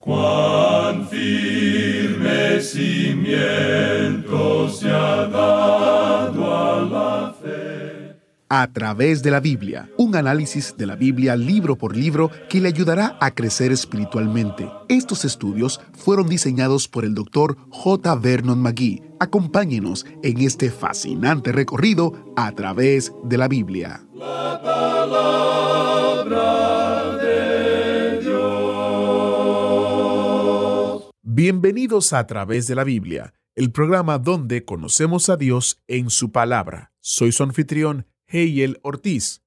Cuán firme cimiento se ha dado a la fe. A través de la Biblia, un análisis de la Biblia libro por libro que le ayudará a crecer espiritualmente. Estos estudios fueron diseñados por el Dr. J. Vernon McGee. Acompáñenos en este fascinante recorrido a través de la Biblia. La palabra de Dios. Bienvenidos a Través de la Biblia, el programa donde conocemos a Dios en su palabra. Soy su anfitrión, Heiel Ortiz.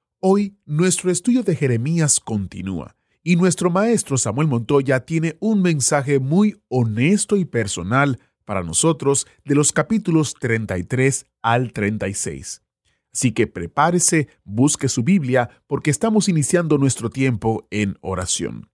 Hoy nuestro estudio de Jeremías continúa y nuestro maestro Samuel Montoya tiene un mensaje muy honesto y personal para nosotros de los capítulos 33 al 36. Así que prepárese, busque su Biblia porque estamos iniciando nuestro tiempo en oración.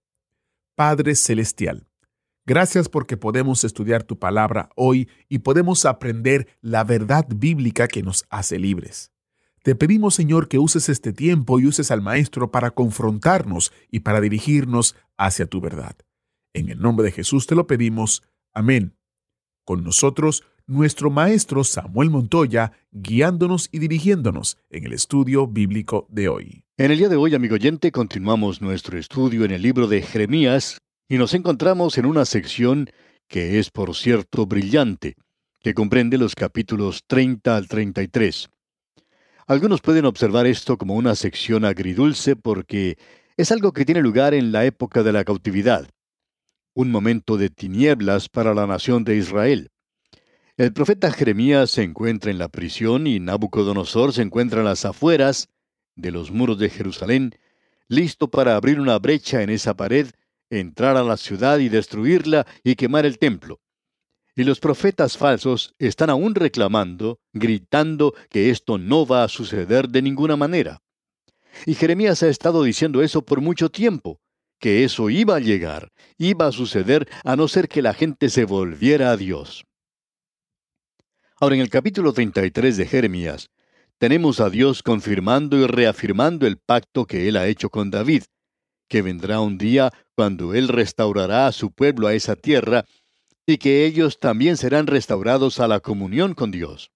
Padre Celestial, gracias porque podemos estudiar tu palabra hoy y podemos aprender la verdad bíblica que nos hace libres. Te pedimos, Señor, que uses este tiempo y uses al Maestro para confrontarnos y para dirigirnos hacia tu verdad. En el nombre de Jesús te lo pedimos. Amén. Con nosotros, nuestro Maestro Samuel Montoya, guiándonos y dirigiéndonos en el estudio bíblico de hoy. En el día de hoy, amigo oyente, continuamos nuestro estudio en el libro de Jeremías y nos encontramos en una sección que es, por cierto, brillante, que comprende los capítulos 30 al 33. Algunos pueden observar esto como una sección agridulce porque es algo que tiene lugar en la época de la cautividad, un momento de tinieblas para la nación de Israel. El profeta Jeremías se encuentra en la prisión y Nabucodonosor se encuentra en las afueras de los muros de Jerusalén, listo para abrir una brecha en esa pared, entrar a la ciudad y destruirla y quemar el templo. Y los profetas falsos están aún reclamando, gritando que esto no va a suceder de ninguna manera. Y Jeremías ha estado diciendo eso por mucho tiempo, que eso iba a llegar, iba a suceder a no ser que la gente se volviera a Dios. Ahora, en el capítulo 33 de Jeremías, tenemos a Dios confirmando y reafirmando el pacto que Él ha hecho con David, que vendrá un día cuando Él restaurará a su pueblo a esa tierra, y que ellos también serán restaurados a la comunión con Dios.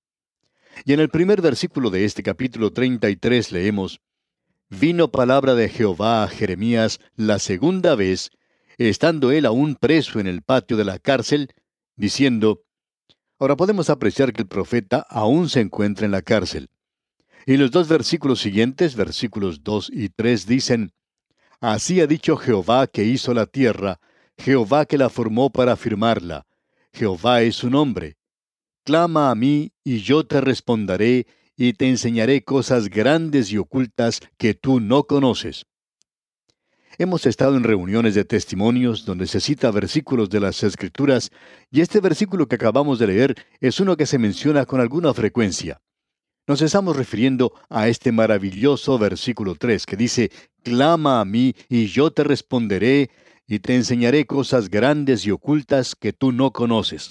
Y en el primer versículo de este capítulo 33 leemos: Vino palabra de Jehová a Jeremías la segunda vez, estando él aún preso en el patio de la cárcel, diciendo. Ahora podemos apreciar que el profeta aún se encuentra en la cárcel. Y los dos versículos siguientes, versículos 2 y 3, dicen: Así ha dicho Jehová que hizo la tierra, Jehová que la formó para firmarla. Jehová es su nombre. Clama a mí, y yo te responderé, y te enseñaré cosas grandes y ocultas que tú no conoces. Hemos estado en reuniones de testimonios donde se cita versículos de las Escrituras, y este versículo que acabamos de leer es uno que se menciona con alguna frecuencia. Nos estamos refiriendo a este maravilloso versículo 3 que dice: Clama a mí, y yo te responderé, y te enseñaré cosas grandes y ocultas que tú no conoces.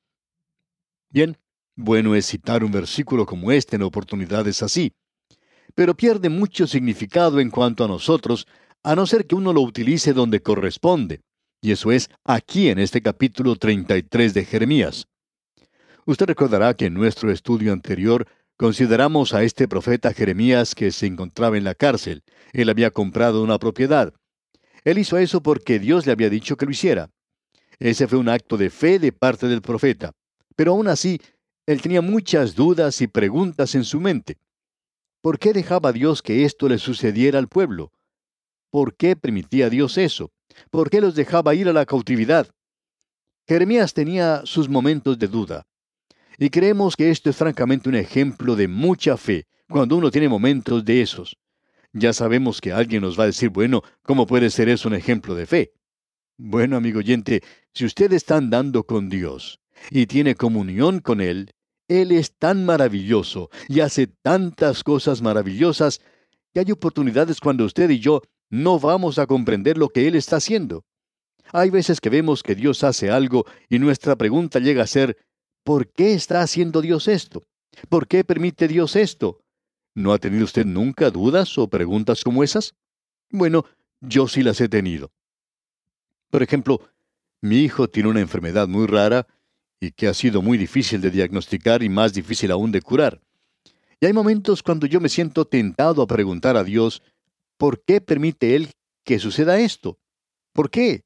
Bien, bueno es citar un versículo como este en oportunidades así, pero pierde mucho significado en cuanto a nosotros, a no ser que uno lo utilice donde corresponde, y eso es aquí en este capítulo 33 de Jeremías. Usted recordará que en nuestro estudio anterior consideramos a este profeta Jeremías que se encontraba en la cárcel. Él había comprado una propiedad. Él hizo eso porque Dios le había dicho que lo hiciera. Ese fue un acto de fe de parte del profeta. Pero aún así, él tenía muchas dudas y preguntas en su mente. ¿Por qué dejaba Dios que esto le sucediera al pueblo? ¿Por qué permitía Dios eso? ¿Por qué los dejaba ir a la cautividad? Jeremías tenía sus momentos de duda. Y creemos que esto es francamente un ejemplo de mucha fe, cuando uno tiene momentos de esos. Ya sabemos que alguien nos va a decir, bueno, ¿cómo puede ser eso un ejemplo de fe? Bueno, amigo oyente, si usted está andando con Dios y tiene comunión con Él, Él es tan maravilloso y hace tantas cosas maravillosas que hay oportunidades cuando usted y yo no vamos a comprender lo que Él está haciendo. Hay veces que vemos que Dios hace algo y nuestra pregunta llega a ser, ¿por qué está haciendo Dios esto? ¿Por qué permite Dios esto? ¿No ha tenido usted nunca dudas o preguntas como esas? Bueno, yo sí las he tenido. Por ejemplo, mi hijo tiene una enfermedad muy rara y que ha sido muy difícil de diagnosticar y más difícil aún de curar. Y hay momentos cuando yo me siento tentado a preguntar a Dios, ¿por qué permite Él que suceda esto? ¿Por qué?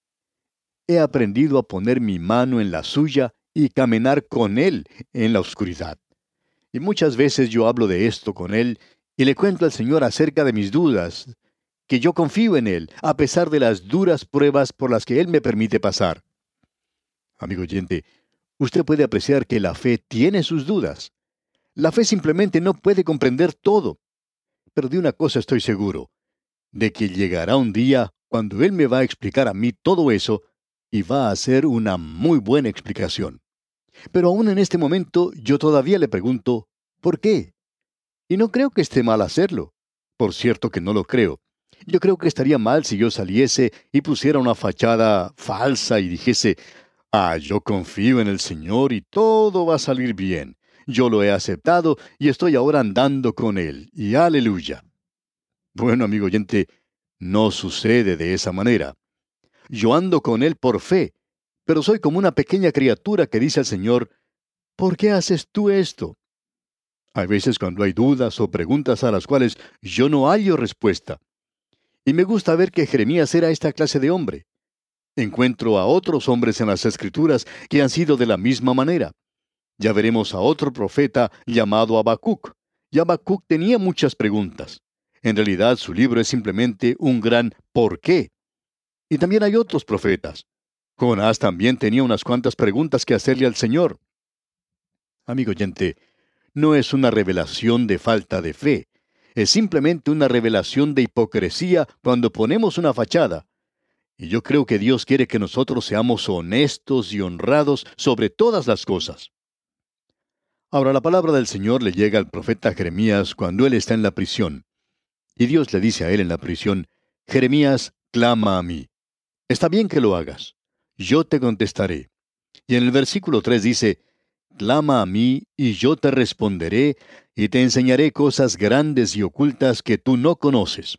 He aprendido a poner mi mano en la suya y caminar con Él en la oscuridad. Y muchas veces yo hablo de esto con Él y le cuento al Señor acerca de mis dudas, que yo confío en Él, a pesar de las duras pruebas por las que Él me permite pasar. Amigo oyente, usted puede apreciar que la fe tiene sus dudas. La fe simplemente no puede comprender todo. Pero de una cosa estoy seguro, de que llegará un día cuando Él me va a explicar a mí todo eso y va a hacer una muy buena explicación. Pero aún en este momento yo todavía le pregunto, ¿por qué? Y no creo que esté mal hacerlo. Por cierto que no lo creo. Yo creo que estaría mal si yo saliese y pusiera una fachada falsa y dijese, yo confío en el Señor y todo va a salir bien. Yo lo he aceptado y estoy ahora andando con Él. Y aleluya. Bueno, amigo oyente, no sucede de esa manera. Yo ando con Él por fe, pero soy como una pequeña criatura que dice al Señor, ¿por qué haces tú esto? Hay veces cuando hay dudas o preguntas a las cuales yo no hallo respuesta. Y me gusta ver que Jeremías era esta clase de hombre. Encuentro a otros hombres en las Escrituras que han sido de la misma manera. Ya veremos a otro profeta llamado Habacuc. Y Habacuc tenía muchas preguntas. En realidad su libro es simplemente un gran ¿por qué? Y también hay otros profetas. Jonás también tenía unas cuantas preguntas que hacerle al Señor. Amigo oyente, no es una revelación de falta de fe. Es simplemente una revelación de hipocresía cuando ponemos una fachada. Y yo creo que Dios quiere que nosotros seamos honestos y honrados sobre todas las cosas. Ahora la palabra del Señor le llega al profeta Jeremías cuando él está en la prisión. Y Dios le dice a él en la prisión, Jeremías, clama a mí. Está bien que lo hagas. Yo te contestaré. Y en el versículo 3 dice, clama a mí y yo te responderé y te enseñaré cosas grandes y ocultas que tú no conoces.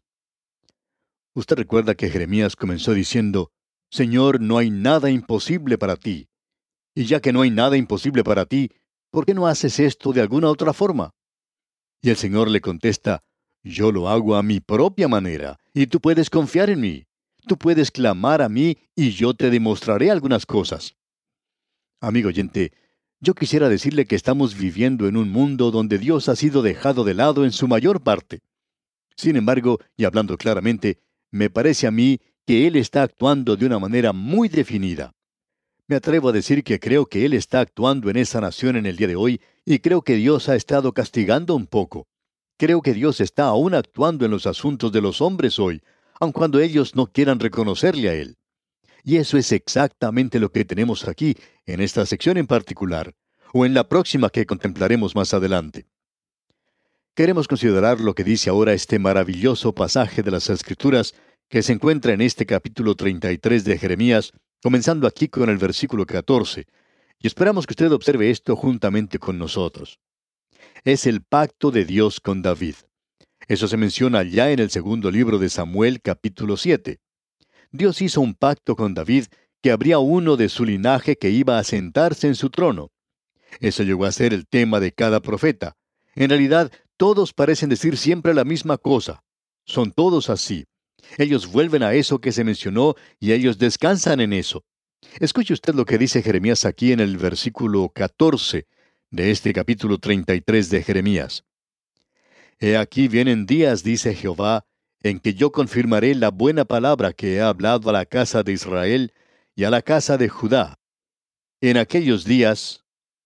Usted recuerda que Jeremías comenzó diciendo, Señor, no hay nada imposible para ti. Y ya que no hay nada imposible para ti, ¿por qué no haces esto de alguna otra forma? Y el Señor le contesta, yo lo hago a mi propia manera, y tú puedes confiar en mí. Tú puedes clamar a mí y yo te demostraré algunas cosas. Amigo oyente, yo quisiera decirle que estamos viviendo en un mundo donde Dios ha sido dejado de lado en su mayor parte. Sin embargo, y hablando claramente, me parece a mí que Él está actuando de una manera muy definida. Me atrevo a decir que creo que Él está actuando en esa nación en el día de hoy y creo que Dios ha estado castigando un poco. Creo que Dios está aún actuando en los asuntos de los hombres hoy, aun cuando ellos no quieran reconocerle a Él. Y eso es exactamente lo que tenemos aquí, en esta sección en particular, o en la próxima que contemplaremos más adelante. Queremos considerar lo que dice ahora este maravilloso pasaje de las Escrituras que se encuentra en este capítulo 33 de Jeremías, comenzando aquí con el versículo 14, y esperamos que usted observe esto juntamente con nosotros. Es el pacto de Dios con David. Eso se menciona ya en el segundo libro de Samuel, capítulo 7. Dios hizo un pacto con David que habría uno de su linaje que iba a sentarse en su trono. Eso llegó a ser el tema de cada profeta. En realidad, todos parecen decir siempre la misma cosa. Son todos así. Ellos vuelven a eso que se mencionó y ellos descansan en eso. Escuche usted lo que dice Jeremías aquí en el versículo 14 de este capítulo 33 de Jeremías. He aquí vienen días, dice Jehová, en que yo confirmaré la buena palabra que he hablado a la casa de Israel y a la casa de Judá. En aquellos días.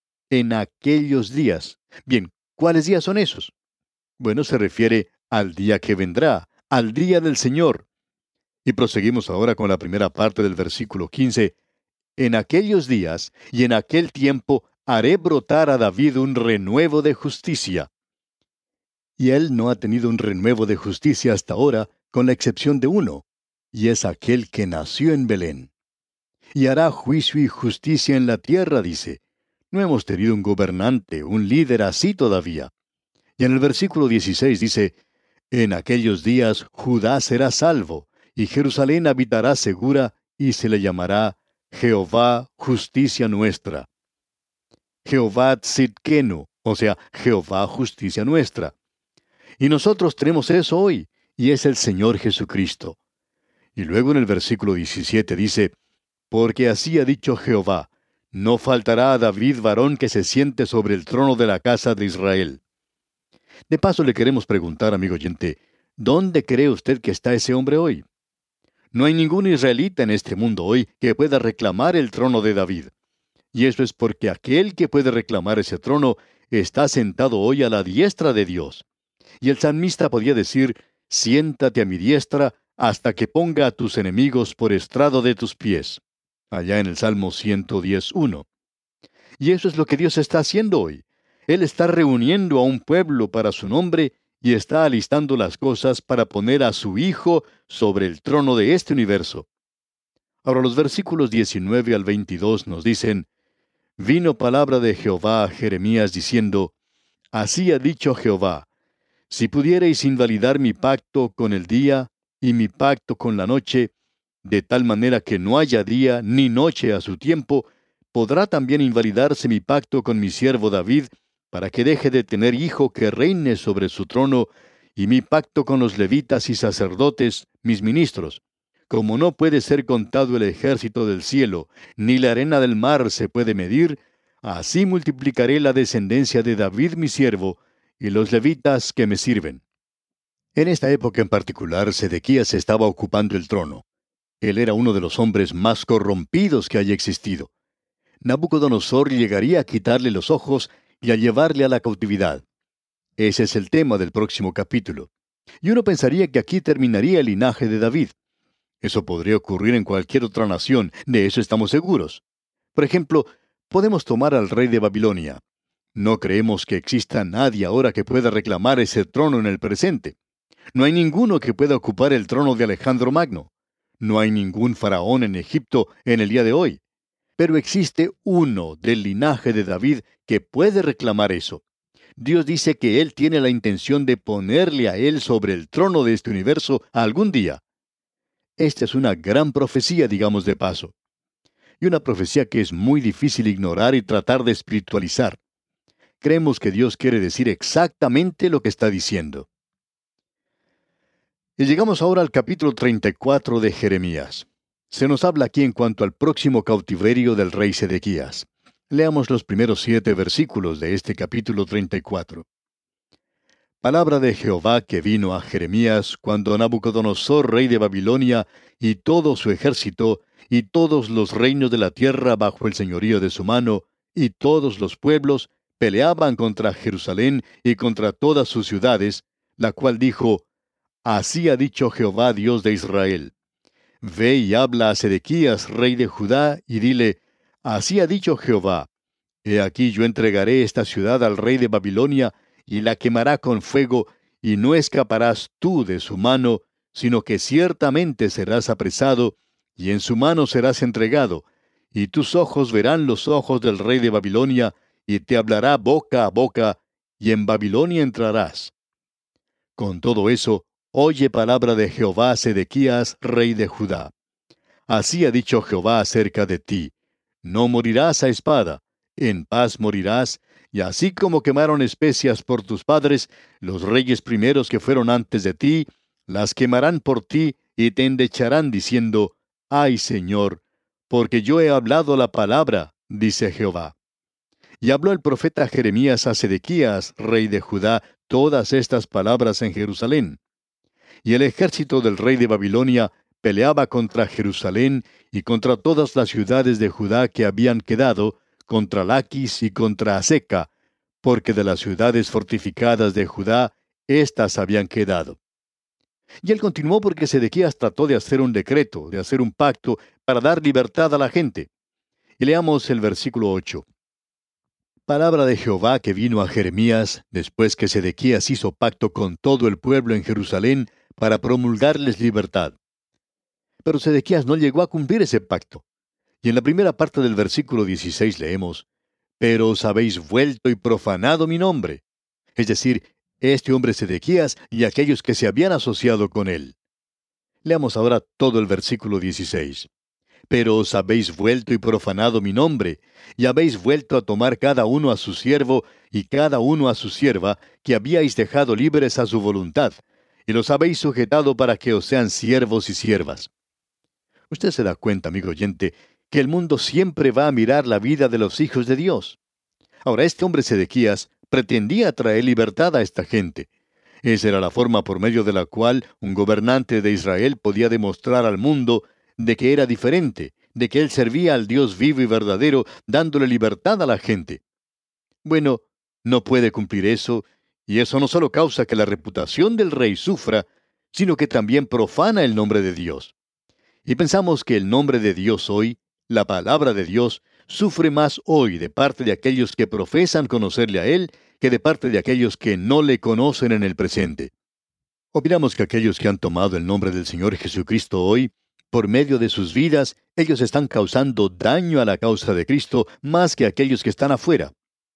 Bien, ¿cuáles días son esos? Bueno, se refiere al día que vendrá, al día del Señor. Y proseguimos ahora con la primera parte del versículo 15. En aquellos días y en aquel tiempo haré brotar a David un renuevo de justicia. Y él no ha tenido un renuevo de justicia hasta ahora, con la excepción de uno, y es aquel que nació en Belén. Y hará juicio y justicia en la tierra, dice. No hemos tenido un gobernante, un líder así todavía. Y en el versículo 16 dice, en aquellos días Judá será salvo, y Jerusalén habitará segura, y se le llamará Jehová, justicia nuestra. Jehová Tzidkenu, o sea, Jehová, justicia nuestra. Y nosotros tenemos eso hoy, y es el Señor Jesucristo. Y luego en el versículo 17 dice, porque así ha dicho Jehová, no faltará a David varón que se siente sobre el trono de la casa de Israel. De paso le queremos preguntar, amigo oyente, ¿dónde cree usted que está ese hombre hoy? No hay ningún israelita en este mundo hoy que pueda reclamar el trono de David. Y eso es porque aquel que puede reclamar ese trono está sentado hoy a la diestra de Dios. Y el salmista podía decir, siéntate a mi diestra hasta que ponga a tus enemigos por estrado de tus pies. Allá en el Salmo 110:1. Y eso es lo que Dios está haciendo hoy. Él está reuniendo a un pueblo para su nombre y está alistando las cosas para poner a su Hijo sobre el trono de este universo. Ahora los versículos 19 al 22 nos dicen, vino palabra de Jehová a Jeremías diciendo, así ha dicho Jehová, si pudierais invalidar mi pacto con el día y mi pacto con la noche, de tal manera que no haya día ni noche a su tiempo, podrá también invalidarse mi pacto con mi siervo David, para que deje de tener hijo que reine sobre su trono, y mi pacto con los levitas y sacerdotes, mis ministros. Como no puede ser contado el ejército del cielo, ni la arena del mar se puede medir, así multiplicaré la descendencia de David mi siervo, y los levitas que me sirven. En esta época en particular, Sedequías estaba ocupando el trono. Él era uno de los hombres más corrompidos que haya existido. Nabucodonosor llegaría a quitarle los ojos y a llevarle a la cautividad. Ese es el tema del próximo capítulo. Y uno pensaría que aquí terminaría el linaje de David. Eso podría ocurrir en cualquier otra nación, de eso estamos seguros. Por ejemplo, podemos tomar al rey de Babilonia. No creemos que exista nadie ahora que pueda reclamar ese trono en el presente. No hay ninguno que pueda ocupar el trono de Alejandro Magno. No hay ningún faraón en Egipto en el día de hoy. Pero existe uno del linaje de David que puede reclamar eso. Dios dice que Él tiene la intención de ponerle a Él sobre el trono de este universo algún día. Esta es una gran profecía, digamos de paso. Y una profecía que es muy difícil ignorar y tratar de espiritualizar. Creemos que Dios quiere decir exactamente lo que está diciendo. Y llegamos ahora al capítulo 34 de Jeremías. Se nos habla aquí en cuanto al próximo cautiverio del rey Sedequías. Leamos los primeros 7 versículos de este capítulo 34. Palabra de Jehová que vino a Jeremías cuando Nabucodonosor, rey de Babilonia, y todo su ejército, y todos los reinos de la tierra bajo el señorío de su mano, y todos los pueblos, peleaban contra Jerusalén y contra todas sus ciudades, la cual dijo, así ha dicho Jehová Dios de Israel. Ve y habla a Sedequías, rey de Judá, y dile, así ha dicho Jehová, he aquí yo entregaré esta ciudad al rey de Babilonia, y la quemará con fuego, y no escaparás tú de su mano, sino que ciertamente serás apresado, y en su mano serás entregado, y tus ojos verán los ojos del rey de Babilonia, y te hablará boca a boca, y en Babilonia entrarás. Con todo eso, oye palabra de Jehová a Sedequías, rey de Judá. Así ha dicho Jehová acerca de ti, no morirás a espada, en paz morirás, y así como quemaron especias por tus padres, los reyes primeros que fueron antes de ti, las quemarán por ti y te endecharán diciendo, ay Señor, porque yo he hablado la palabra, dice Jehová. Y habló el profeta Jeremías a Sedequías, rey de Judá, todas estas palabras en Jerusalén. Y el ejército del rey de Babilonia peleaba contra Jerusalén y contra todas las ciudades de Judá que habían quedado, contra Laquis y contra Aseca, porque de las ciudades fortificadas de Judá, éstas habían quedado. Y él continuó porque Sedequías trató de hacer un decreto, de hacer un pacto, para dar libertad a la gente. Y leamos el versículo 8. Palabra de Jehová que vino a Jeremías, después que Sedequías hizo pacto con todo el pueblo en Jerusalén, para promulgarles libertad. Pero Sedequías no llegó a cumplir ese pacto. Y en la primera parte del versículo 16 leemos, pero os habéis vuelto y profanado mi nombre. Es decir, este hombre Sedequías y aquellos que se habían asociado con él. Leamos ahora todo el versículo 16. Pero os habéis vuelto y profanado mi nombre, y habéis vuelto a tomar cada uno a su siervo y cada uno a su sierva, que habíais dejado libres a su voluntad, y los habéis sujetado para que os sean siervos y siervas. Usted se da cuenta, amigo oyente, que el mundo siempre va a mirar la vida de los hijos de Dios. Ahora, este hombre Sedequías pretendía traer libertad a esta gente. Esa era la forma por medio de la cual un gobernante de Israel podía demostrar al mundo de que era diferente, de que él servía al Dios vivo y verdadero, dándole libertad a la gente. Bueno, no puede cumplir eso, y eso no solo causa que la reputación del rey sufra, sino que también profana el nombre de Dios. Y pensamos que el nombre de Dios hoy, la palabra de Dios, sufre más hoy de parte de aquellos que profesan conocerle a Él que de parte de aquellos que no le conocen en el presente. Opinamos que aquellos que han tomado el nombre del Señor Jesucristo hoy, por medio de sus vidas, ellos están causando daño a la causa de Cristo más que aquellos que están afuera.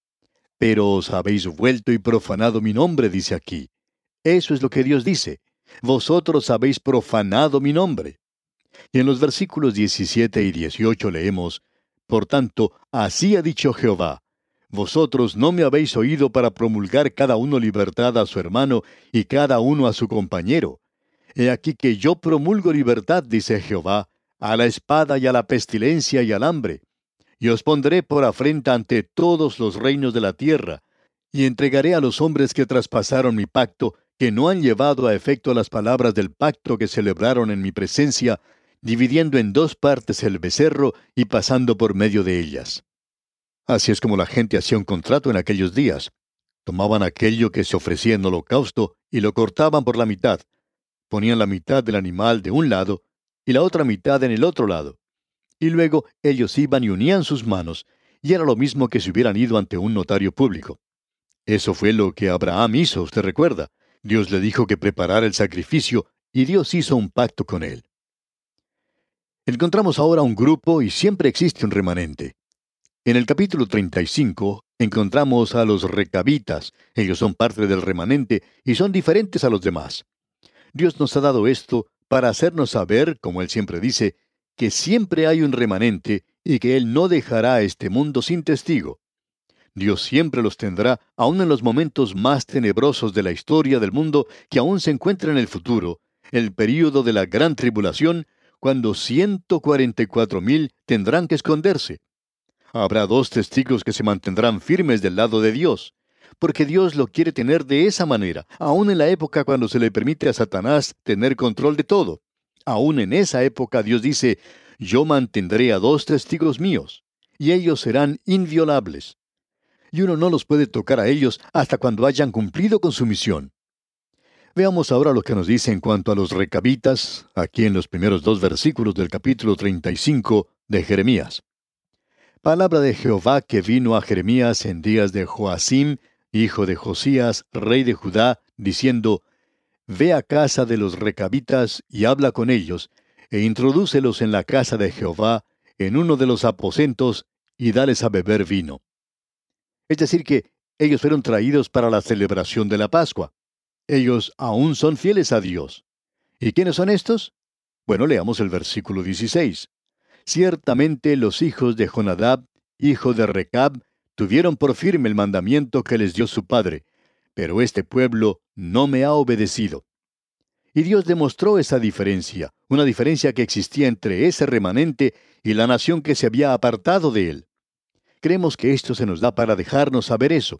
Pero os habéis vuelto y profanado mi nombre, dice aquí. Eso es lo que Dios dice. Vosotros habéis profanado mi nombre. Y en los versículos 17 y 18 leemos, Por tanto, así ha dicho Jehová, vosotros no me habéis oído para promulgar cada uno libertad a su hermano y cada uno a su compañero. He aquí que yo promulgo libertad, dice Jehová, a la espada y a la pestilencia y al hambre. Y os pondré por afrenta ante todos los reinos de la tierra, y entregaré a los hombres que traspasaron mi pacto, que no han llevado a efecto las palabras del pacto que celebraron en mi presencia, dividiendo en dos partes el becerro y pasando por medio de ellas. Así es como la gente hacía un contrato en aquellos días. Tomaban aquello que se ofrecía en holocausto y lo cortaban por la mitad. Ponían la mitad del animal de un lado y la otra mitad en el otro lado. Y luego ellos iban y unían sus manos, y era lo mismo que si hubieran ido ante un notario público. Eso fue lo que Abraham hizo, usted recuerda. Dios le dijo que preparara el sacrificio, y Dios hizo un pacto con él. Encontramos ahora un grupo y siempre existe un remanente. En el capítulo 35 encontramos a los recabitas. Ellos son parte del remanente y son diferentes a los demás. Dios nos ha dado esto para hacernos saber, como Él siempre dice, que siempre hay un remanente y que Él no dejará a este mundo sin testigo. Dios siempre los tendrá, aun en los momentos más tenebrosos de la historia del mundo que aún se encuentra en el futuro, el período de la gran tribulación, cuando 144,000 tendrán que esconderse. Habrá 2 testigos que se mantendrán firmes del lado de Dios, porque Dios lo quiere tener de esa manera, aún en la época cuando se le permite a Satanás tener control de todo. Aún en esa época Dios dice, yo mantendré a 2 testigos míos, y ellos serán inviolables. Y uno no los puede tocar a ellos hasta cuando hayan cumplido con su misión. Veamos ahora lo que nos dice en cuanto a los recabitas, aquí en los primeros 2 versículos del capítulo 35 de Jeremías. Palabra de Jehová que vino a Jeremías en días de Joacim, hijo de Josías, rey de Judá, diciendo, Ve a casa de los recabitas y habla con ellos, e introdúcelos en la casa de Jehová, en uno de los aposentos, y dales a beber vino. Es decir que ellos fueron traídos para la celebración de la Pascua. Ellos aún son fieles a Dios. ¿Y quiénes son estos? Bueno, leamos el versículo 16. Ciertamente los hijos de Jonadab, hijo de Recab, tuvieron por firme el mandamiento que les dio su padre, pero este pueblo no me ha obedecido. Y Dios demostró esa diferencia, una diferencia que existía entre ese remanente y la nación que se había apartado de él. Creemos que esto se nos da para dejarnos saber eso.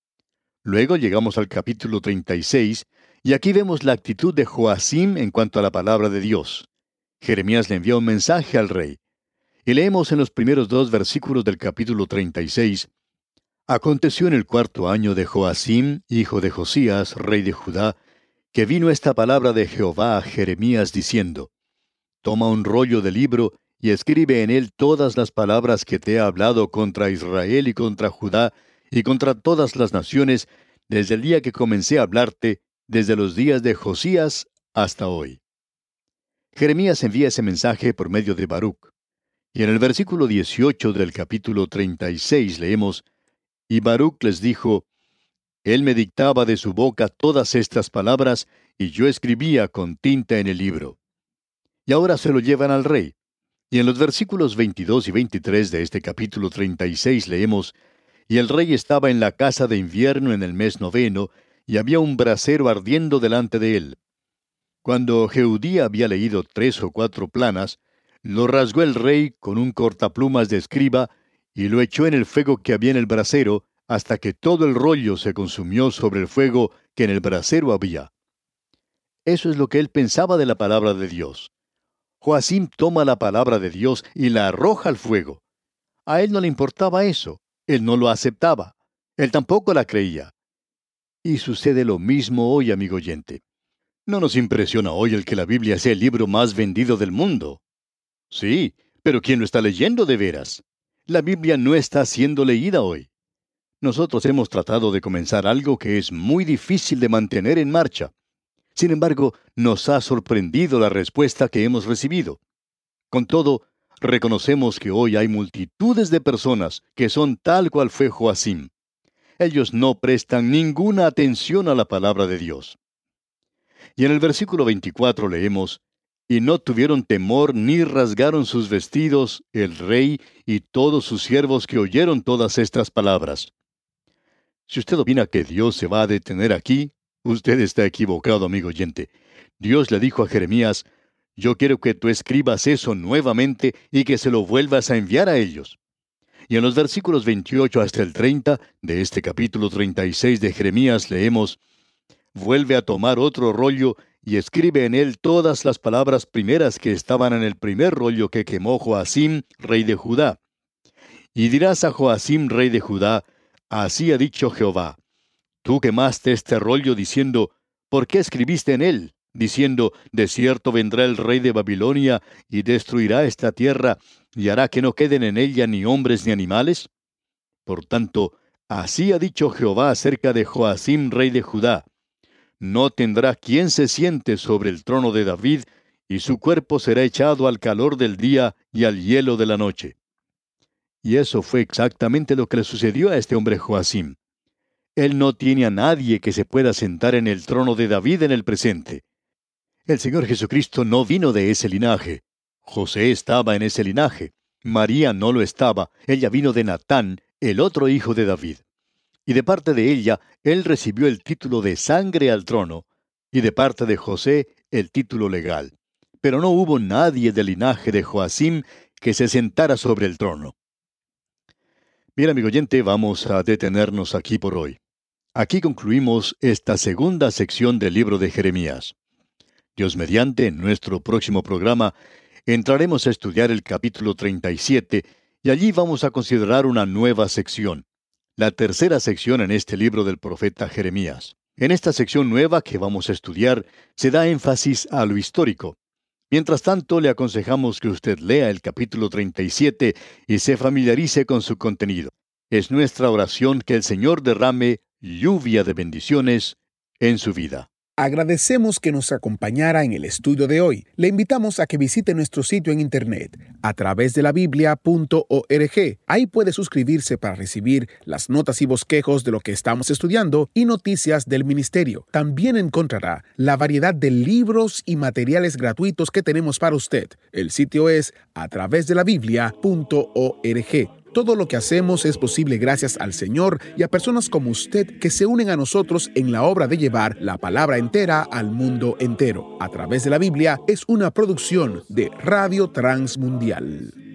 Luego llegamos al capítulo 36, y aquí vemos la actitud de Joacim en cuanto a la palabra de Dios. Jeremías le envía un mensaje al rey. Y leemos en los primeros 2 versículos del capítulo 36, Aconteció en el 4º año de Joacim, hijo de Josías, rey de Judá, que vino esta palabra de Jehová a Jeremías diciendo, Toma un rollo de libro y escribe en él todas las palabras que te he hablado contra Israel y contra Judá y contra todas las naciones, desde el día que comencé a hablarte, desde los días de Josías hasta hoy. Jeremías envía ese mensaje por medio de Baruc. Y en el versículo 18 del capítulo 36 leemos, Y Baruc les dijo, Él me dictaba de su boca todas estas palabras, y yo escribía con tinta en el libro. Y ahora se lo llevan al rey. Y en los versículos 22 y 23 de este capítulo 36 leemos: Y el rey estaba en la casa de invierno en el mes 9, y había un brasero ardiendo delante de él. Cuando Jehudí había leído 3 o 4 planas, lo rasgó el rey con un cortaplumas de escriba, y lo echó en el fuego que había en el brasero, hasta que todo el rollo se consumió sobre el fuego que en el brasero había. Eso es lo que él pensaba de la palabra de Dios. Joacim toma la palabra de Dios y la arroja al fuego. A él no le importaba eso. Él no lo aceptaba. Él tampoco la creía. Y sucede lo mismo hoy, amigo oyente. No nos impresiona hoy el que la Biblia sea el libro más vendido del mundo. Sí, pero ¿quién lo está leyendo de veras? La Biblia no está siendo leída hoy. Nosotros hemos tratado de comenzar algo que es muy difícil de mantener en marcha. Sin embargo, nos ha sorprendido la respuesta que hemos recibido. Con todo, reconocemos que hoy hay multitudes de personas que son tal cual fue Joacim. Ellos no prestan ninguna atención a la palabra de Dios. Y en el versículo 24 leemos: Y no tuvieron temor ni rasgaron sus vestidos el rey y todos sus siervos que oyeron todas estas palabras. Si usted opina que Dios se va a detener aquí, usted está equivocado, amigo oyente. Dios le dijo a Jeremías: Yo quiero que tú escribas eso nuevamente y que se lo vuelvas a enviar a ellos. Y en los versículos 28 hasta el 30 de este capítulo 36 de Jeremías leemos: Vuelve a tomar otro rollo y escribe en él todas las palabras primeras que estaban en el primer rollo que quemó Joacim, rey de Judá. Y dirás a Joacim, rey de Judá: Así ha dicho Jehová: Tú quemaste este rollo diciendo: ¿Por qué escribiste en él? Diciendo: De cierto vendrá el rey de Babilonia y destruirá esta tierra y hará que no queden en ella ni hombres ni animales. Por tanto, así ha dicho Jehová acerca de Joacim, rey de Judá: No tendrá quien se siente sobre el trono de David, y su cuerpo será echado al calor del día y al hielo de la noche. Y eso fue exactamente lo que le sucedió a este hombre Joacim. Él no tiene a nadie que se pueda sentar en el trono de David en el presente. El Señor Jesucristo no vino de ese linaje. José estaba en ese linaje. María no lo estaba. Ella vino de Natán, el otro hijo de David. Y de parte de ella, él recibió el título de sangre al trono, y de parte de José, el título legal. Pero no hubo nadie del linaje de Joacim que se sentara sobre el trono. Bien, amigo oyente, vamos a detenernos aquí por hoy. Aquí concluimos esta segunda sección del libro de Jeremías. Dios mediante, en nuestro próximo programa, entraremos a estudiar el capítulo 37, y allí vamos a considerar una nueva sección, la tercera sección en este libro del profeta Jeremías. En esta sección nueva que vamos a estudiar, se da énfasis a lo histórico. Mientras tanto, le aconsejamos que usted lea el capítulo 37 y se familiarice con su contenido. Es nuestra oración que el Señor derrame lluvia de bendiciones en su vida. Agradecemos que nos acompañara en el estudio de hoy. Le invitamos a que visite nuestro sitio en internet a través de la biblia.org. Ahí puede suscribirse para recibir las notas y bosquejos de lo que estamos estudiando y noticias del ministerio. También encontrará la variedad de libros y materiales gratuitos que tenemos para usted. El sitio es a través de la biblia.org. Todo lo que hacemos es posible gracias al Señor y a personas como usted que se unen a nosotros en la obra de llevar la palabra entera al mundo entero. A través de la Biblia es una producción de Radio Transmundial.